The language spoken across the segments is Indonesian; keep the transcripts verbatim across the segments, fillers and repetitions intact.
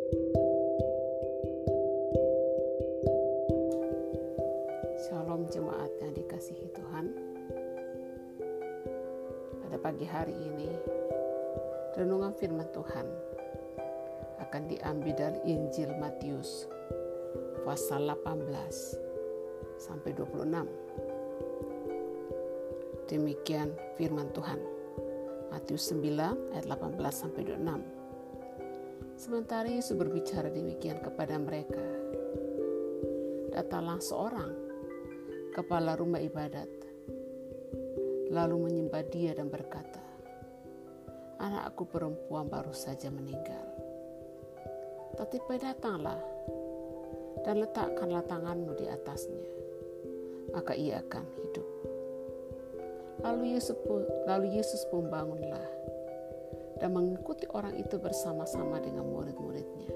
Shalom jemaat yang dikasihi Tuhan. Pada pagi hari ini, renungan firman Tuhan akan diambil dari Injil Matius pasal delapan belas sampai dua puluh enam. Demikian firman Tuhan. Matius sembilan ayat delapan belas sampai dua puluh enam. Sementara Yesus berbicara demikian kepada mereka, datanglah seorang kepala rumah ibadat, lalu menyembah dia dan berkata, anakku perempuan baru saja meninggal. Tetapi datanglah dan letakkanlah tanganmu di atasnya, maka ia akan hidup. Lalu Yesus pun, lalu Yesus pun bangunlah dan mengikuti orang itu bersama-sama dengan murid-muridnya.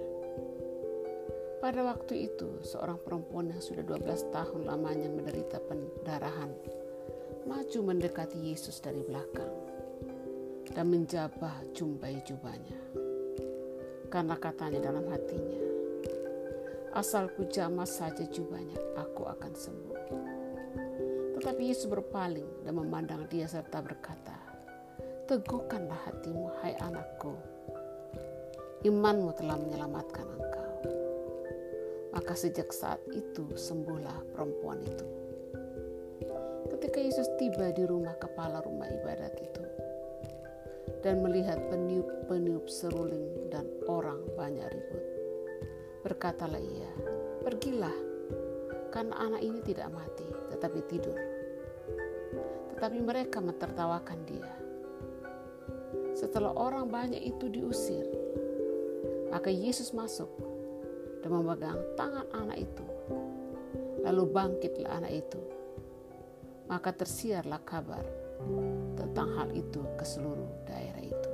Pada waktu itu, seorang perempuan yang sudah dua belas tahun lamanya menderita pendarahan maju mendekati Yesus dari belakang dan menjabah jumbai jubahnya. Karena katanya dalam hatinya, asal ku jamah saja jubahnya, aku akan sembuh. Tetapi Yesus berpaling dan memandang dia serta berkata, teguhkanlah hatimu, hai anakku, imanmu telah menyelamatkan engkau. Maka sejak saat itu sembuhlah perempuan itu. Ketika Yesus tiba di rumah kepala rumah ibadat itu dan melihat peniup-peniup seruling dan orang banyak ribut, berkatalah ia, pergilah, karena anak ini tidak mati, tetapi tidur. Tetapi mereka mentertawakan dia. Setelah orang banyak itu diusir, maka Yesus masuk dan memegang tangan anak itu. Lalu bangkitlah anak itu. Maka tersiarlah kabar tentang hal itu ke seluruh daerah itu.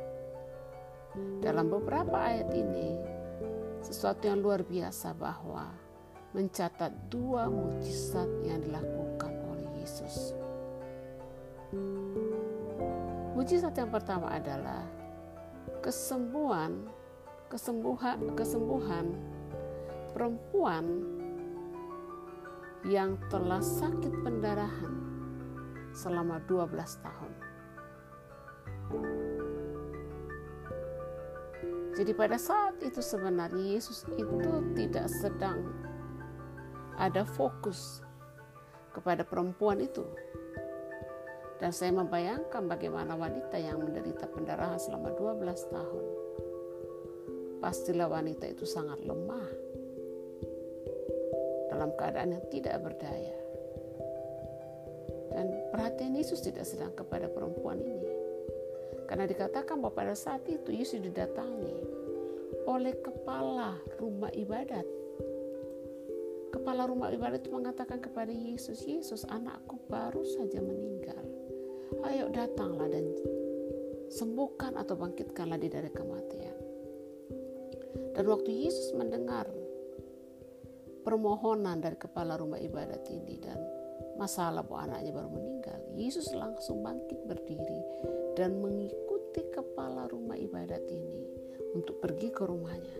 Dalam beberapa ayat ini, sesuatu yang luar biasa bahwa mencatat dua mukjizat yang dilakukan oleh Yesus. Mukjizat yang pertama adalah kesembuhan, kesembuhan, kesembuhan perempuan yang telah sakit pendarahan selama dua belas tahun. Jadi pada saat itu sebenarnya Yesus itu tidak sedang ada fokus kepada perempuan itu. Dan saya membayangkan bagaimana wanita yang menderita pendarahan selama dua belas tahun. Pastilah wanita itu sangat lemah, dalam keadaan yang tidak berdaya. Dan perhatian Yesus tidak sedang kepada perempuan ini. Karena dikatakan bahwa pada saat itu Yesus didatangi oleh kepala rumah ibadat. Kepala rumah ibadat itu mengatakan kepada Yesus, Yesus, anakku baru saja meninggal. Ayo datanglah dan sembuhkan atau bangkitkanlah dia dari kematian. Dan waktu Yesus mendengar permohonan dari kepala rumah ibadat ini dan masalah bahwa anaknya baru meninggal, Yesus langsung bangkit berdiri dan mengikuti kepala rumah ibadat ini untuk pergi ke rumahnya.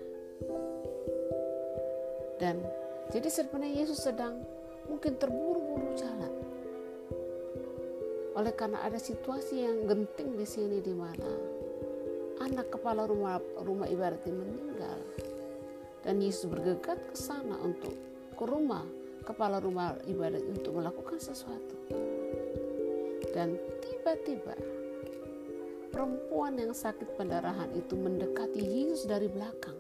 Dan jadi sebenarnya Yesus sedang mungkin terburu-buru jalan. Oleh karena ada situasi yang genting di sini di mana anak kepala rumah rumah ibadat ini meninggal. Dan Yesus bergegas ke sana untuk ke rumah kepala rumah ibadat untuk melakukan sesuatu. Dan tiba-tiba perempuan yang sakit pendarahan itu mendekati Yesus dari belakang.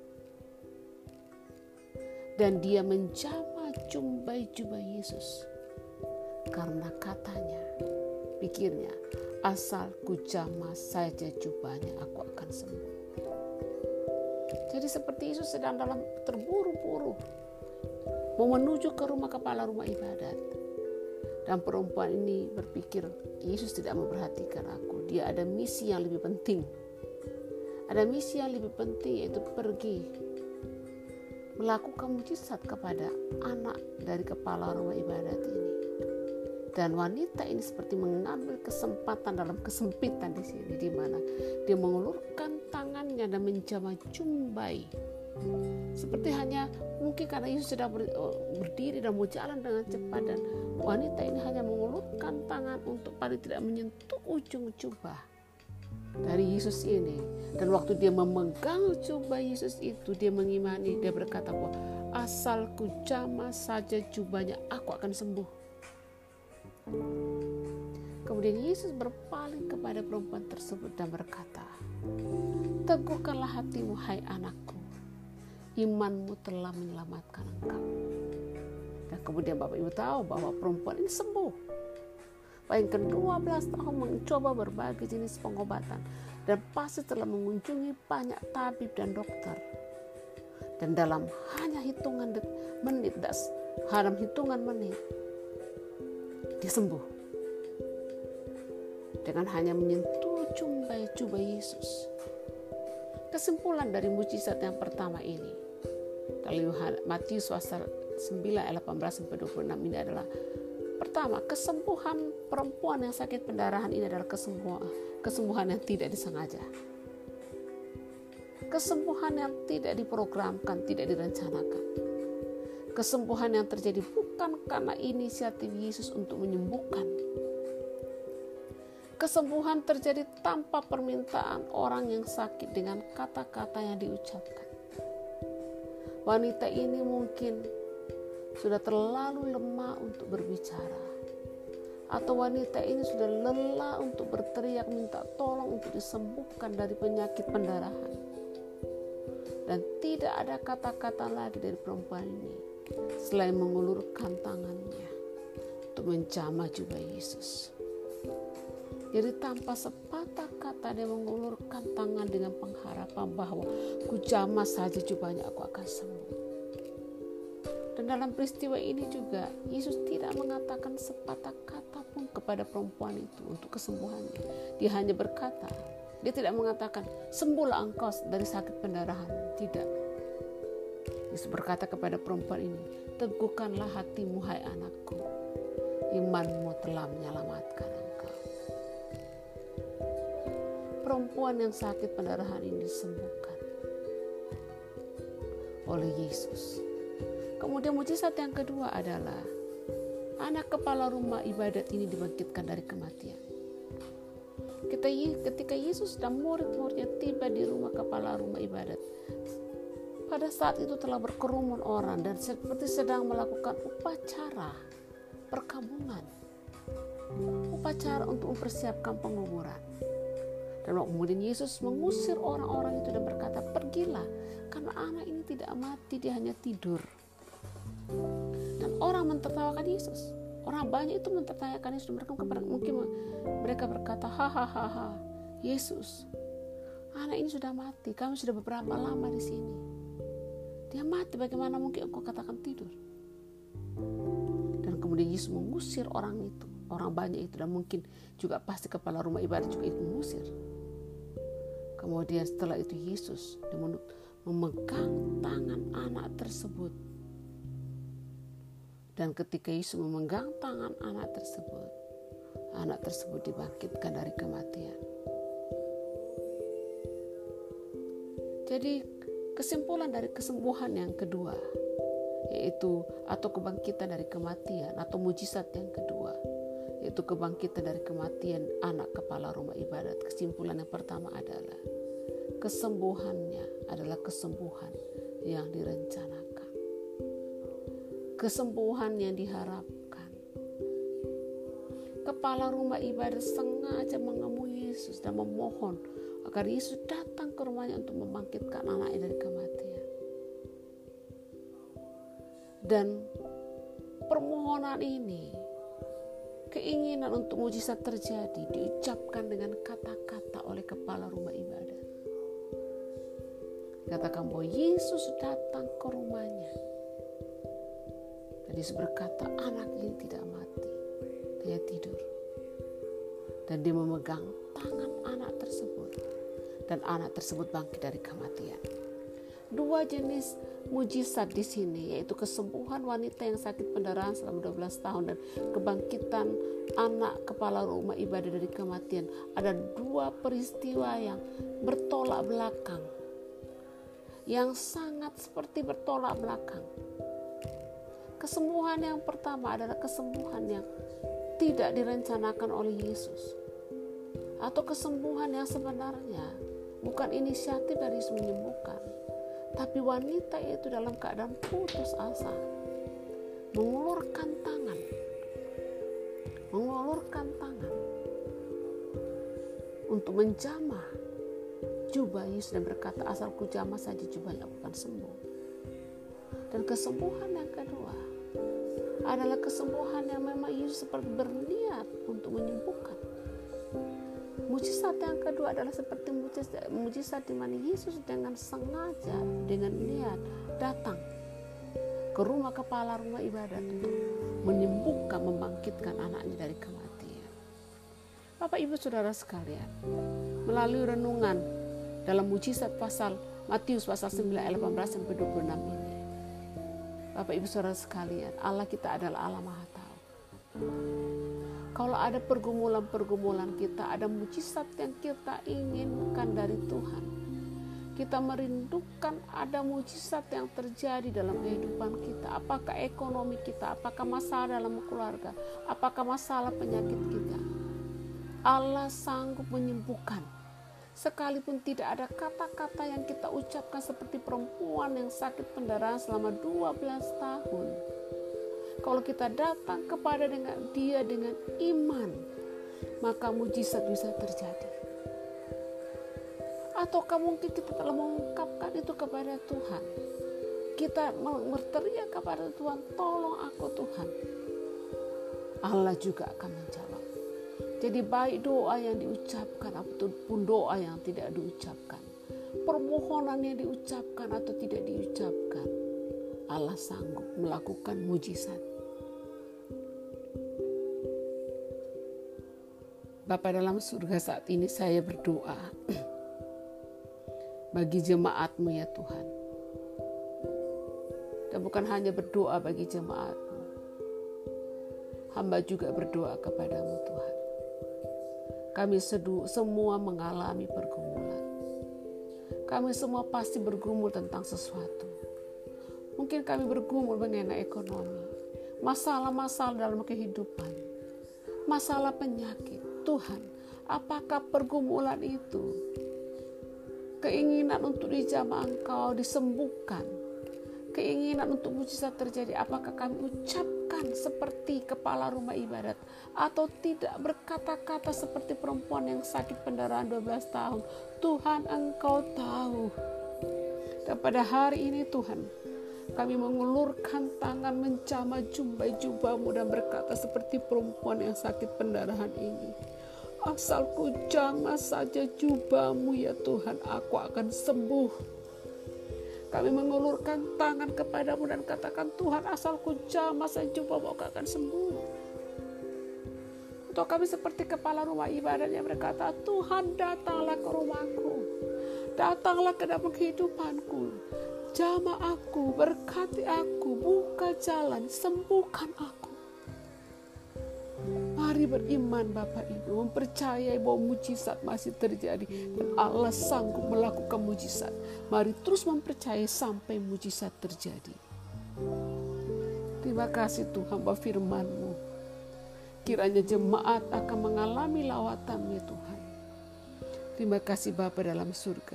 Dan dia menjamah jumbai jubah Yesus. Karena katanya, pikirnya, asal ku jamah saja jubahnya, aku akan sembuh. Jadi seperti Yesus sedang dalam terburu-buru mau menuju ke rumah kepala rumah ibadat. Dan perempuan ini berpikir, Yesus tidak memperhatikan aku. Dia ada misi yang lebih penting. Ada misi yang lebih penting, yaitu pergi melakukan mujizat kepada anak dari kepala rumah ibadat ini. Dan wanita ini seperti mengambil kesempatan dalam kesempitan di sini, di mana dia mengulurkan tangan tangannya dan menjamah jumbai. Seperti hanya mungkin karena Yesus sedang ber, berdiri dan mau jalan dengan cepat, dan wanita ini hanya mengulurkan tangan untuk paling tidak menyentuh ujung jubah dari Yesus ini. Dan waktu dia memegang jubah Yesus itu, dia mengimani, dia berkata bahwa asal ku jamah saja jubahnya, aku akan sembuh. Kemudian Yesus berpaling kepada perempuan tersebut dan berkata, teguhkanlah hatimu hai anakku, imanmu telah menyelamatkan engkau. Dan kemudian Bapak Ibu tahu bahwa perempuan ini sembuh. Yang kedua belas tahun mencoba berbagai jenis pengobatan dan pasti telah mengunjungi banyak tabib dan dokter. Dan dalam hanya hitungan menit, dalam hitungan menit, dia sembuh. Dengan hanya menyentuh jubah Yesus. Kesimpulan dari mujizat yang pertama ini, kalau Matius pasal sembilan ayat delapan belas sampai dua puluh enam ini adalah pertama, kesembuhan perempuan yang sakit pendarahan ini adalah kesembuhan, kesembuhan yang tidak disengaja. Kesembuhan yang tidak diprogramkan, tidak direncanakan. Kesembuhan yang terjadi bukan karena inisiatif Yesus untuk menyembuhkan. Kesembuhan terjadi tanpa permintaan orang yang sakit dengan kata-kata yang diucapkan. Wanita ini mungkin sudah terlalu lemah untuk berbicara. Atau wanita ini sudah lelah untuk berteriak minta tolong untuk disembuhkan dari penyakit pendarahan. Dan tidak ada kata-kata lagi dari perempuan ini selain mengulurkan tangannya untuk menjamah jubah Yesus. Jadi tanpa sepatah kata dia mengulurkan tangan dengan pengharapan bahwa ku jamah saja jubahnya, aku akan sembuh. Dan dalam peristiwa ini juga Yesus tidak mengatakan sepatah kata pun kepada perempuan itu untuk kesembuhannya. Dia hanya berkata, dia tidak mengatakan sembuhlah engkau dari sakit pendarahan. Tidak. Yesus berkata kepada perempuan ini, teguhkanlah hatimu hai anakku, imanmu telah menyelamatkan engkau. Perempuan yang sakit pendarahan ini disembuhkan oleh Yesus. Kemudian mujizat yang kedua adalah anak kepala rumah ibadat ini dibangkitkan dari kematian. Ketika Yesus dan murid-muridnya tiba di rumah kepala rumah ibadat, pada saat itu telah berkerumun orang dan seperti sedang melakukan upacara perkabungan, upacara untuk mempersiapkan penguburan. Dan kemudian Yesus mengusir orang-orang itu dan berkata, pergilah, karena anak ini tidak mati, dia hanya tidur. Dan orang mentertawakan Yesus. Orang banyak itu mentertawakan Yesus. Mereka mungkin mereka berkata, hahaha, Yesus, anak ini sudah mati. Kamu sudah beberapa lama di sini. Dia mati, bagaimana mungkin engkau katakan tidur? Dan kemudian Yesus mengusir orang itu, orang banyak itu, dan mungkin juga pasti kepala rumah ibadat juga ikut mengusir. Kemudian setelah itu Yesus memegang tangan anak tersebut. Dan ketika Yesus memegang tangan anak tersebut, anak tersebut dibangkitkan dari kematian. Jadi kesimpulan dari kesembuhan yang kedua, yaitu atau kebangkitan dari kematian atau mujizat yang kedua, yaitu kebangkitan dari kematian anak kepala rumah ibadat. Kesimpulan yang pertama adalah kesembuhannya adalah kesembuhan yang direncanakan, kesembuhan yang diharapkan. Kepala rumah ibadat sengaja menemui Yesus dan memohon agar Yesus datang ke rumahnya untuk membangkitkan anaknya dari kematian. Dan permohonan ini, keinginan untuk mujizat terjadi, diucapkan dengan kata-kata oleh kepala rumah ibadat. Katakan bahwa Yesus datang ke rumahnya. Dan Yesus berkata, anak ini tidak mati, dia tidur. Dan dia memegang tangan anak tersebut. Dan anak tersebut bangkit dari kematian. dua jenis mujizat di sini, yaitu kesembuhan wanita yang sakit pendarahan selama dua belas tahun dan kebangkitan anak kepala rumah ibadah dari kematian. Ada dua peristiwa yang bertolak belakang, yang sangat seperti bertolak belakang. Kesembuhan yang pertama adalah kesembuhan yang tidak direncanakan oleh Yesus, atau kesembuhan yang sebenarnya bukan inisiatif dari Yesus menyembuhkan, tapi wanita itu dalam keadaan putus asa mengulurkan tangan, mengulurkan tangan untuk menjamah jubah Yesus dan berkata, asal ku jamah saja jubahnya aku akan sembuh. Dan kesembuhan yang kedua adalah kesembuhan yang memang Yesus seperti berniat untuk menyembuhkan. Mujizat yang kedua adalah seperti mujizat, mujizat di mana Yesus dengan sengaja, dengan niat datang ke rumah kepala rumah ibadat untuk menyembuhkan, membangkitkan anaknya dari kematian. Bapak Ibu Saudara sekalian, melalui renungan dalam mujizat pasal Matius pasal sembilan ayat delapan belas sampai dua puluh enam ini, Bapak Ibu Saudara sekalian, Allah kita adalah Allah Maha Tahu. Kalau ada pergumulan-pergumulan kita, ada mujizat yang kita inginkan dari Tuhan, kita merindukan ada mujizat yang terjadi dalam kehidupan kita. Apakah ekonomi kita, apakah masalah dalam keluarga, apakah masalah penyakit kita, Allah sanggup menyembuhkan. Sekalipun tidak ada kata-kata yang kita ucapkan seperti perempuan yang sakit pendarahan selama dua belas tahun. Kalau kita datang kepada dengan dia dengan iman, maka mujizat bisa terjadi. Ataukah mungkin kita telah mengungkapkan itu kepada Tuhan. Kita berteriak kepada Tuhan, tolong aku Tuhan. Allah juga akan menjawab. Jadi baik doa yang diucapkan ataupun doa yang tidak diucapkan, permohonan yang diucapkan atau tidak diucapkan, Allah sanggup melakukan mujizat. Bapa dalam surga, saat ini saya berdoa bagi jemaat-Mu ya Tuhan. Dan bukan hanya berdoa bagi jemaat-Mu, hamba juga berdoa kepadamu Tuhan. Kami sedu, semua mengalami pergumulan. Kami semua pasti bergumul tentang sesuatu. Mungkin kami bergumul mengenai ekonomi, masalah-masalah dalam kehidupan, masalah penyakit. Tuhan, apakah pergumulan itu, keinginan untuk dijamah Engkau disembuhkan, keinginan untuk mujizat terjadi, apakah kami ucapkan seperti kepala rumah ibadat atau tidak berkata-kata seperti perempuan yang sakit pendarahan dua belas tahun? Tuhan, Engkau tahu. Dan pada hari ini Tuhan, kami mengulurkan tangan menjamah jubah-jubah-Mu dan berkata seperti perempuan yang sakit pendarahan ini, asal ku jamah saja jubah-Mu ya Tuhan, aku akan sembuh. Kami mengulurkan tangan kepadamu dan katakan, Tuhan, asal ku jamah saja jubah-Mu, aku akan sembuh. Atau kami seperti kepala rumah ibadat yang berkata, Tuhan, datanglah ke rumahku, datanglah ke dalam kehidupanku, jamah aku, berkati aku, buka jalan, sembuhkan aku. Mari beriman Bapak Ibu, mempercayai bahwa mujizat masih terjadi dan Allah sanggup melakukan mujizat. Mari terus mempercayai sampai mujizat terjadi. Terima kasih Tuhan bahwa firman-Mu, kiranya jemaat akan mengalami lawatan-Mu ya Tuhan. Terima kasih Bapa dalam surga.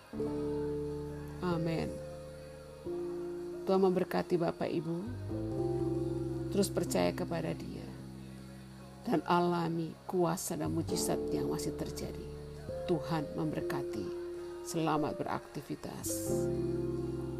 Amin. Tuhan memberkati Bapak Ibu. Terus percaya kepada Dia dan alami kuasa dan mujizat yang masih terjadi. Tuhan memberkati. Selamat beraktivitas.